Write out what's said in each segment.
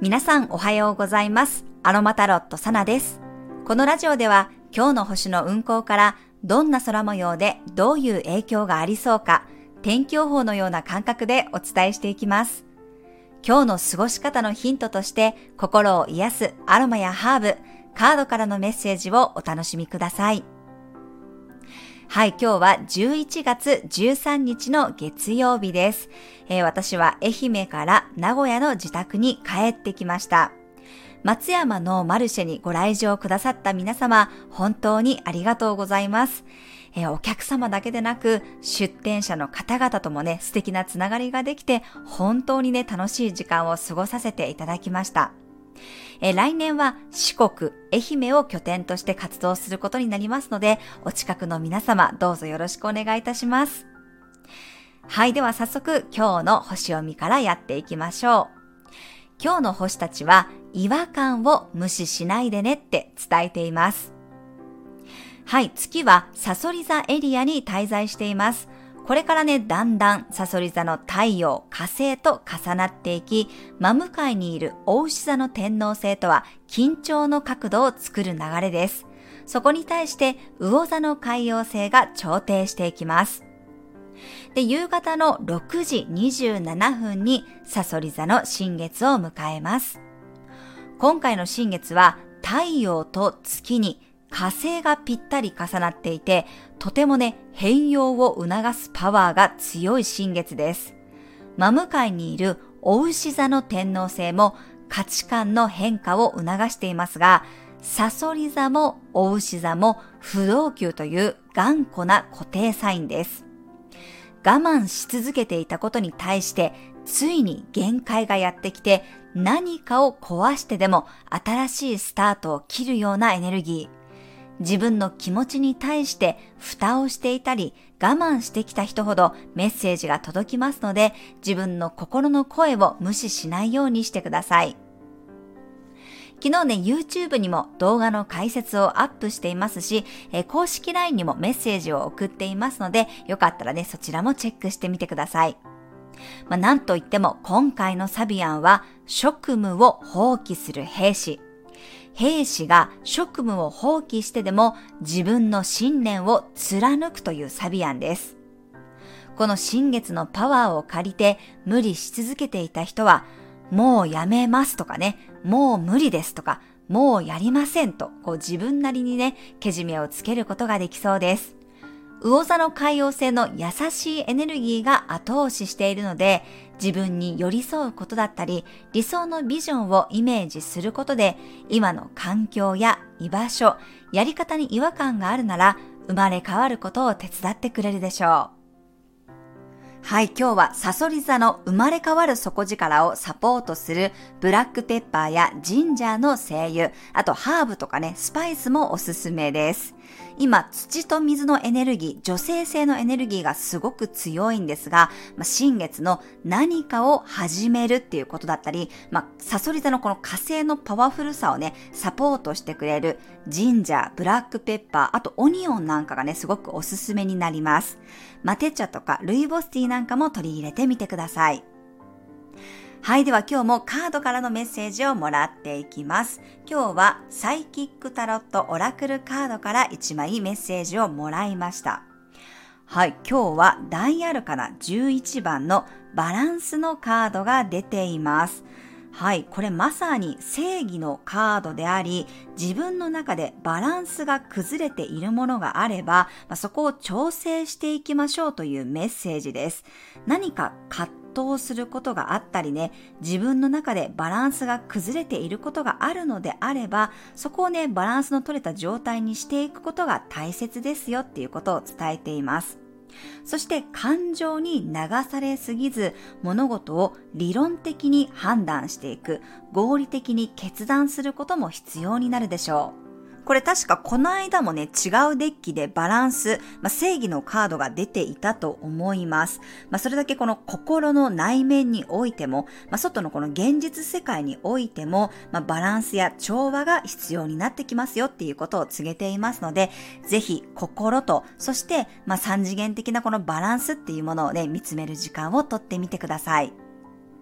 皆さんおはようございます。アロマタロットサナです。このラジオでは今日の星の運行からどんな空模様でどういう影響がありそうか、天気予報のような感覚でお伝えしていきます。今日の過ごし方のヒントとして心を癒すアロマやハーブ、カードからのメッセージをお楽しみください。はい、今日は11月13日の月曜日です。私は愛媛から名古屋の自宅に帰ってきました。松山のマルシェにご来場くださった皆様、本当にありがとうございます。お客様だけでなく、出店者の方々ともね、素敵なつながりができて、本当にね、楽しい時間を過ごさせていただきました。来年は四国、愛媛を拠点として活動することになりますので、お近くの皆様どうぞよろしくお願いいたします。はい、では早速今日の星読みからやっていきましょう。今日の星たちは違和感を無視しないでねって伝えています。はい、月は蠍座エリアに滞在しています。これからね、だんだん蠍座の太陽、火星と重なっていき、真向かいにいる牡牛座の天王星とは緊張の角度を作る流れです。そこに対して魚座の海洋星が調停していきます。で、夕方の6時27分に蠍座の新月を迎えます。今回の新月は太陽と月に火星がぴったり重なっていて、とてもね、変容を促すパワーが強い新月です。真向かいにいる牡牛座の天王星も価値観の変化を促していますが、蠍座も牡牛座も不動級という頑固な固定サインです。我慢し続けていたことに対して、ついに限界がやってきて、何かを壊してでも新しいスタートを切るようなエネルギー。自分の気持ちに対して蓋をしていたり我慢してきた人ほどメッセージが届きますので、自分の心の声を無視しないようにしてください。昨日ね、YouTube にも動画の解説をアップしていますし、公式 LINE にもメッセージを送っていますので、よかったらね、そちらもチェックしてみてください。なんといっても今回のサビアンは職務を放棄する兵士。兵士が職務を放棄してでも自分の信念を貫くというサビアンです。この新月のパワーを借りて無理し続けていた人は、もうやめますとかね、もう無理ですとか、もうやりませんと、自分なりにね、けじめをつけることができそうです。魚座の海洋星の優しいエネルギーが後押ししているので、自分に寄り添うことだったり、理想のビジョンをイメージすることで、今の環境や居場所、やり方に違和感があるなら、生まれ変わることを手伝ってくれるでしょう。はい、今日は蠍座の生まれ変わる底力をサポートするブラックペッパーやジンジャーの精油、あとハーブとかね、スパイスもおすすめです。今、土と水のエネルギー、女性性のエネルギーがすごく強いんですが、新月の何かを始めるっていうことだったり、蠍座のこの火星のパワフルさをね、サポートしてくれるジンジャー、ブラックペッパー、あとオニオンなんかがね、すごくおすすめになります。マテ茶とかルイボスティーなんかも取り入れてみてください。はい、では今日もカードからのメッセージをもらっていきます。今日はサイキックタロットオラクルカードから1枚メッセージをもらいました。はい、今日は大アルカナ11番のバランスのカードが出ています。はい、これまさに正義のカードであり、自分の中でバランスが崩れているものがあれば、そこを調整していきましょうというメッセージです。何か葛藤することがあったりね、自分の中でバランスが崩れていることがあるのであれば、そこをね、バランスの取れた状態にしていくことが大切ですよっていうことを伝えています。そして感情に流されすぎず、物事を理論的に判断していく、合理的に決断することも必要になるでしょう。これ確かこの間もね、違うデッキでバランス、正義のカードが出ていたと思います。それだけこの心の内面においても、外のこの現実世界においても、バランスや調和が必要になってきますよっていうことを告げていますので、ぜひ心と、そして三次元的なこのバランスっていうものをね、見つめる時間をとってみてください。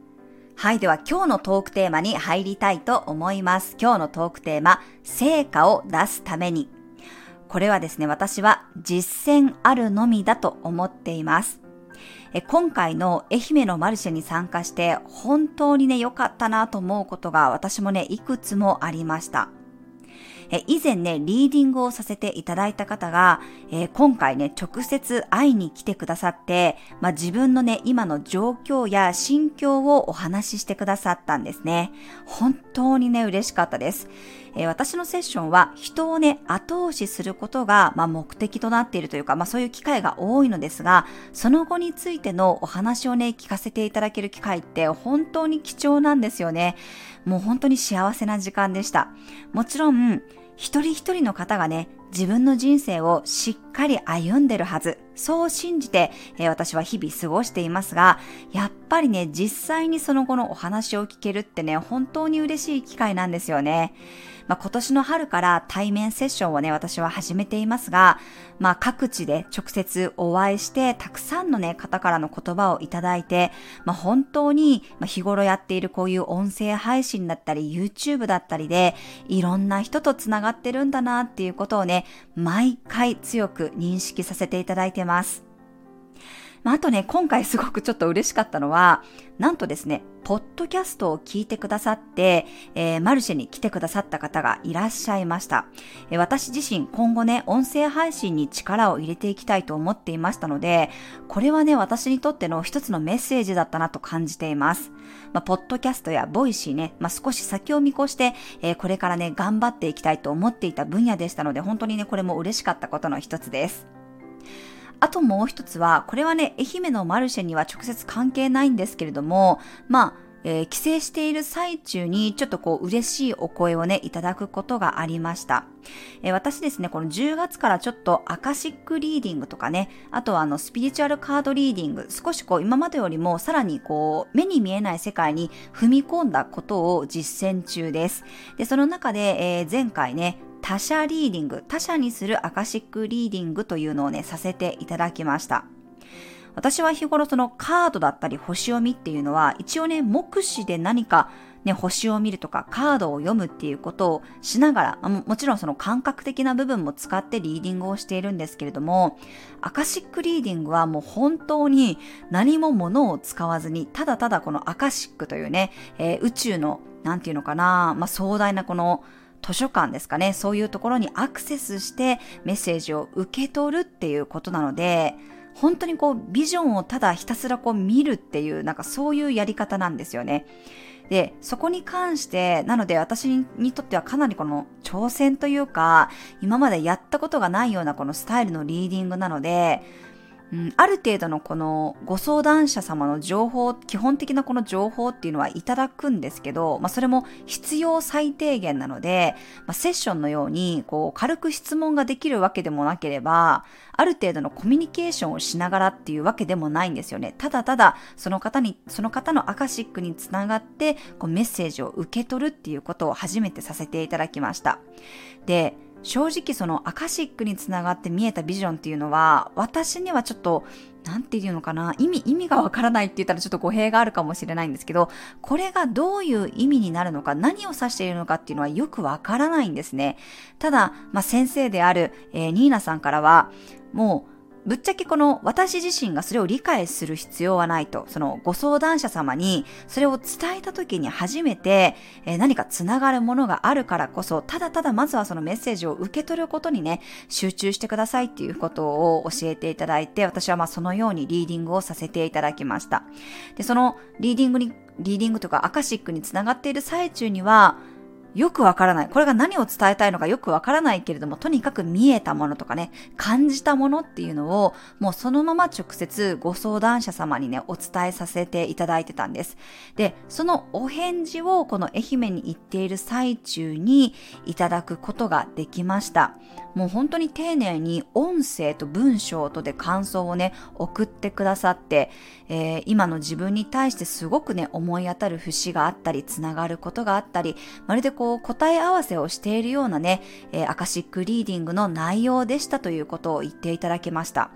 はい、では今日のトークテーマに入りたいと思います。今日のトークテーマ、成果を出すために。これはですね、私は実践あるのみだと思っています。今回の愛媛のマルシェに参加して本当にね、良かったなと思うことが私もね、いくつもありました。以前ね、リーディングをさせていただいた方が、今回ね、直接会いに来てくださって、自分のね、今の状況や心境をお話ししてくださったんですね。本当にね、嬉しかったです。私のセッションは人をね、後押しすることが、目的となっているというか、そういう機会が多いのですが、その後についてのお話をね、聞かせていただける機会って本当に貴重なんですよね。もう本当に幸せな時間でした。もちろん、一人一人の方がね、自分の人生をしっかり歩んでるはず。そう信じて、私は日々過ごしていますが、やっぱりね、実際にその後のお話を聞けるってね、本当に嬉しい機会なんですよね。今年の春から対面セッションをね、私は始めていますが、各地で直接お会いして、たくさんのね、方からの言葉をいただいて、本当に日頃やっているこういう音声配信だったり、YouTube だったりで、いろんな人とつながってるんだなっていうことをね、毎回強く認識させていただいてます。あとね、今回すごくちょっと嬉しかったのは、なんとですね、ポッドキャストを聞いてくださって、マルシェに来てくださった方がいらっしゃいました。私自身今後ね、音声配信に力を入れていきたいと思っていましたので、これはね、私にとっての一つのメッセージだったなと感じています。ポッドキャストやボイシーね、少し先を見越して、これからね、頑張っていきたいと思っていた分野でしたので、本当にね、これも嬉しかったことの一つです。あともう一つは、これはね、愛媛のマルシェには直接関係ないんですけれども、帰省している最中にちょっと嬉しいお声をね、いただくことがありました。私ですね、この10月からちょっとアカシックリーディングとかね、あとはスピリチュアルカードリーディング、少し今までよりもさらに目に見えない世界に踏み込んだことを実践中です。で、その中で、前回ね、他者リーディング、他者にするアカシックリーディングというのをね、させていただきました。私は日頃そのカードだったり星読みっていうのは一応ね、目視で何かね、星を見るとかカードを読むっていうことをしながら、もちろんその感覚的な部分も使ってリーディングをしているんですけれども、アカシックリーディングはもう本当に何も物を使わずに、ただただこのアカシックというね、宇宙の、なんていうのかな、壮大なこの図書館ですかね、そういうところにアクセスしてメッセージを受け取るっていうことなので、本当にビジョンをただひたすら見るっていう、そういうやり方なんですよね。で、そこに関して、なので私にとってはかなりこの挑戦というか、今までやったことがないようなこのスタイルのリーディングなので、ある程度のこのご相談者様の情報、基本的なこの情報っていうのはいただくんですけど、それも必要最低限なので、セッションのように軽く質問ができるわけでもなければ、ある程度のコミュニケーションをしながらっていうわけでもないんですよね。ただただその方のアカシックにつながってメッセージを受け取るっていうことを初めてさせていただきました。で、正直そのアカシックにつながって見えたビジョンっていうのは、私にはちょっと、なんていうのかな、意味がわからないって言ったらちょっと語弊があるかもしれないんですけど、これがどういう意味になるのか、何を指しているのかっていうのはよくわからないんですね。ただ、先生である、ニーナさんからは、もう、ぶっちゃけこの私自身がそれを理解する必要はないと、そのご相談者様にそれを伝えた時に初めて、何かつながるものがあるからこそ、ただただまずはそのメッセージを受け取ることにね、集中してくださいっていうことを教えていただいて、私はそのようにリーディングをさせていただきました。で、そのリーディングとかアカシックにつながっている最中には、よくわからない。これが何を伝えたいのかよくわからないけれども、とにかく見えたものとかね、感じたものっていうのを、もうそのまま直接ご相談者様にね、お伝えさせていただいてたんです。で、そのお返事をこの愛媛に行っている最中にいただくことができました。もう本当に丁寧に音声と文章とで感想をね、送ってくださって、今の自分に対してすごくね、思い当たる節があったり、つながることがあったり、まるで答え合わせをしているようなね、アカシックリーディングの内容でしたということを言っていただけました。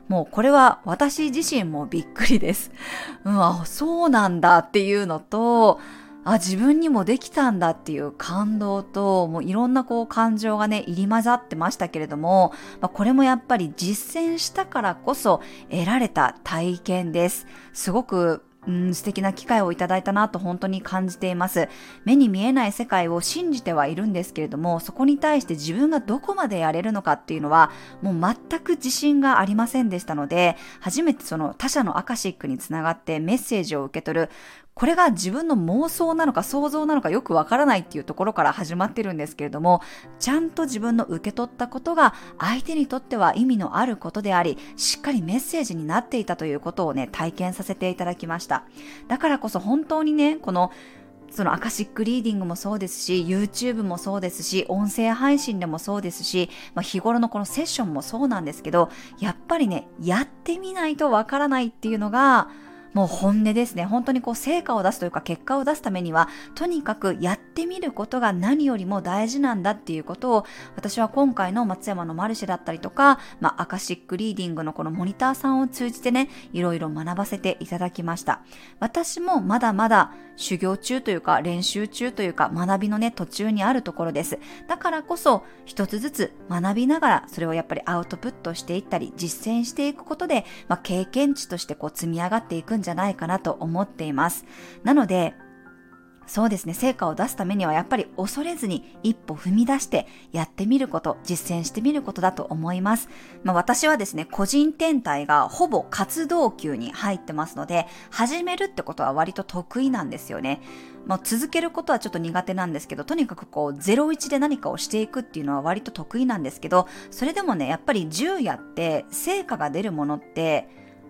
もうこれは私自身もびっくりです。そうなんだっていうのと、自分にもできたんだっていう感動と、もういろんな感情がね、入り混ざってましたけれども、これもやっぱり実践したからこそ得られた体験です。すごく素敵な機会をいただいたなと本当に感じています。目に見えない世界を信じてはいるんですけれども、そこに対して自分がどこまでやれるのかっていうのは、もう全く自信がありませんでしたので、初めてその他者のアカシックにつながってメッセージを受け取る、これが自分の妄想なのか想像なのかよくわからないっていうところから始まってるんですけれども、ちゃんと自分の受け取ったことが相手にとっては意味のあることであり、しっかりメッセージになっていたということをね、体験させていただきました。だからこそ本当にね、そのアカシックリーディングもそうですし、YouTube もそうですし、音声配信でもそうですし、日頃のこのセッションもそうなんですけど、やっぱりね、やってみないとわからないっていうのが、もう本音ですね。本当に成果を出すというか結果を出すためには、とにかくやってみることが何よりも大事なんだっていうことを、私は今回の松山のマルシェだったりとか、アカシックリーディングのこのモニターさんを通じてね、いろいろ学ばせていただきました。私もまだまだ修行中というか練習中というか学びのね、途中にあるところです。だからこそ一つずつ学びながら、それをやっぱりアウトプットしていったり実践していくことで、経験値として積み上がっていくんじゃないかなと思っています。なので、そうですね、成果を出すためにはやっぱり恐れずに一歩踏み出してやってみること、実践してみることだと思います。私はですね、個人天体がほぼ活動級に入ってますので、始めるってことは割と得意なんですよね。続けることはちょっと苦手なんですけど、とにかく01で何かをしていくっていうのは割と得意なんですけど、それでもね、やっぱり10やって成果が出るものって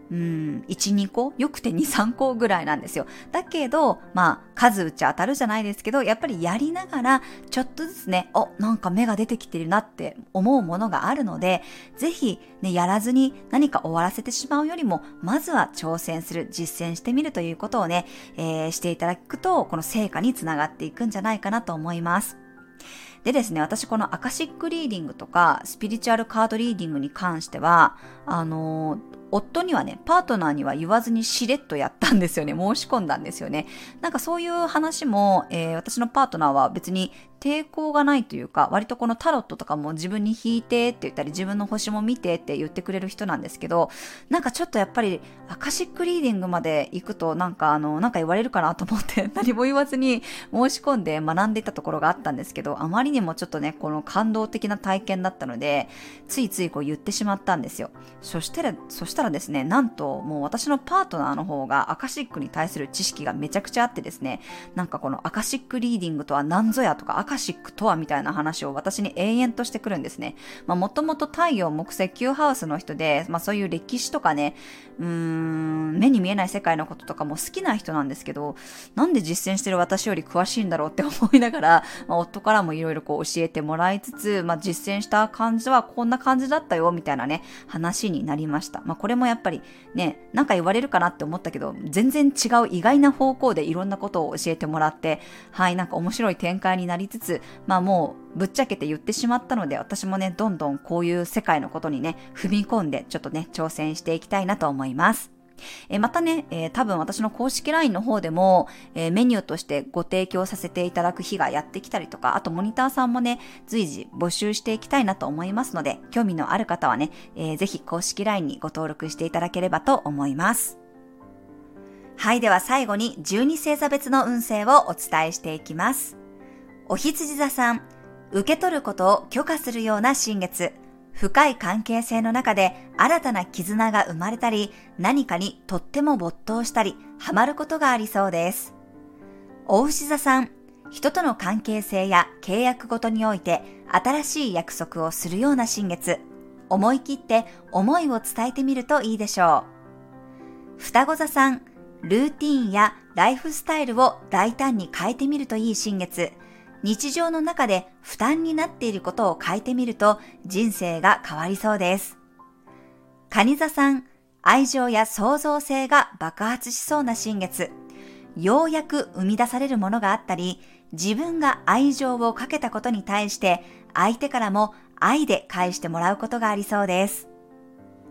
1、2個よくて2、3個ぐらいなんですよ。だけど、数打ち当たるじゃないですけど、やっぱりやりながら、ちょっとずつね、なんか芽が出てきてるなって思うものがあるので、ぜひね、やらずに何か終わらせてしまうよりも、まずは挑戦する、実践してみるということをね、していただくと、この成果につながっていくんじゃないかなと思います。でですね、私このアカシックリーディングとかスピリチュアルカードリーディングに関しては、夫にはね、パートナーには言わずにしれっとやったんですよね。申し込んだんですよね。なんかそういう話も、私のパートナーは別に抵抗がないというか、割とこのタロットとかも自分に引いてって言ったり、自分の星も見てって言ってくれる人なんですけど、なんかちょっとやっぱりアカシックリーディングまで行くとなんか言われるかなと思って何も言わずに申し込んで学んでいたところがあったんですけど、あまりにもちょっとね、この感動的な体験だったので、ついつい言ってしまったんですよ。そしたらですね、なんともう私のパートナーの方がアカシックに対する知識がめちゃくちゃあってですね、なんかこのアカシックリーディングとは何ぞやとか、アカシックとはみたいな話を私に延々としてくるんですね。もともと太陽木星9ハウスの人で、そういう歴史とかね、目に見えない世界のこととかも好きな人なんですけど、なんで実践してる私より詳しいんだろうって思いながら、夫からもいろいろ教えてもらいつつ、実践した感じはこんな感じだったよみたいなね、話になりました。これもやっぱりね、なんか言われるかなって思ったけど、全然違う意外な方向でいろんなことを教えてもらって、なんか面白い展開になりつつ、もうぶっちゃけて言ってしまったので、私もね、どんどんこういう世界のことにね、踏み込んで、ちょっとね、挑戦していきたいなと思います。またね、多分私の公式 LINE の方でも、メニューとしてご提供させていただく日がやってきたりとか、あとモニターさんもね、随時募集していきたいなと思いますので、興味のある方はね、ぜひ公式 LINE にご登録していただければと思います。はい、では最後に12星座別の運勢をお伝えしていきます。お羊座さん、受け取ることを許可するような新月。深い関係性の中で新たな絆が生まれたり、何かにとっても没頭したり、ハマることがありそうです。お牛座さん、人との関係性や契約ごとにおいて新しい約束をするような新月。思い切って思いを伝えてみるといいでしょう。双子座さん、ルーティーンやライフスタイルを大胆に変えてみるといい新月。日常の中で負担になっていることを変えてみると人生が変わりそうです。蟹座さん、愛情や創造性が爆発しそうな新月。ようやく生み出されるものがあったり、自分が愛情をかけたことに対して相手からも愛で返してもらうことがありそうです。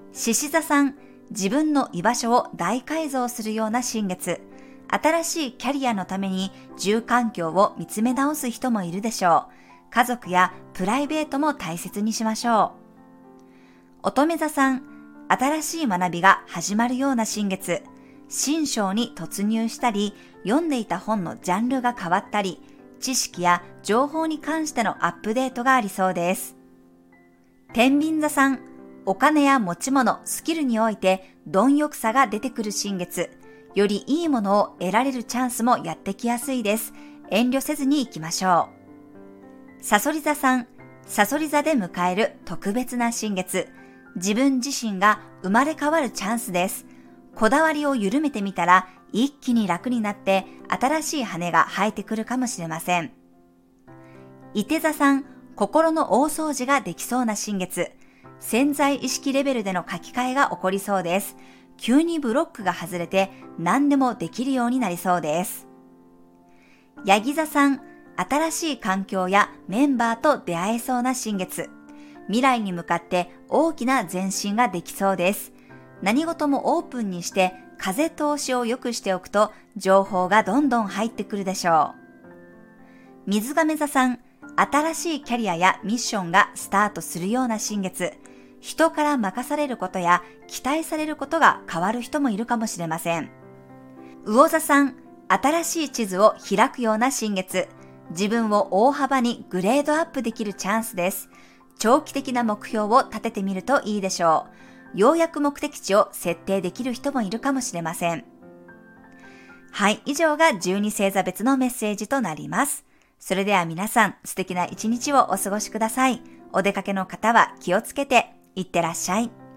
獅子座さん、自分の居場所を大改造するような新月。新しいキャリアのために住環境を見つめ直す人もいるでしょう。家族やプライベートも大切にしましょう。乙女座さん、新しい学びが始まるような新月。新章に突入したり、読んでいた本のジャンルが変わったり、知識や情報に関してのアップデートがありそうです。天秤座さん、お金や持ち物、スキルにおいて貪欲さが出てくる新月。よりいいものを得られるチャンスもやってきやすいです。遠慮せずに行きましょう。蠍座さん、蠍座で迎える特別な新月。自分自身が生まれ変わるチャンスです。こだわりを緩めてみたら一気に楽になって新しい羽が生えてくるかもしれません。射手座さん、心の大掃除ができそうな新月。潜在意識レベルでの書き換えが起こりそうです。急にブロックが外れて何でもできるようになりそうです。ヤギ座さん、新しい環境やメンバーと出会えそうな新月。未来に向かって大きな前進ができそうです。何事もオープンにして風通しを良くしておくと情報がどんどん入ってくるでしょう。水亀座さん、新しいキャリアやミッションがスタートするような新月。人から任されることや期待されることが変わる人もいるかもしれません。魚座さん、新しい地図を開くような新月。自分を大幅にグレードアップできるチャンスです。長期的な目標を立ててみるといいでしょう。ようやく目的地を設定できる人もいるかもしれません。はい、以上が12星座別のメッセージとなります。それでは皆さん、素敵な一日をお過ごしください。お出かけの方は気をつけていってらっしゃい。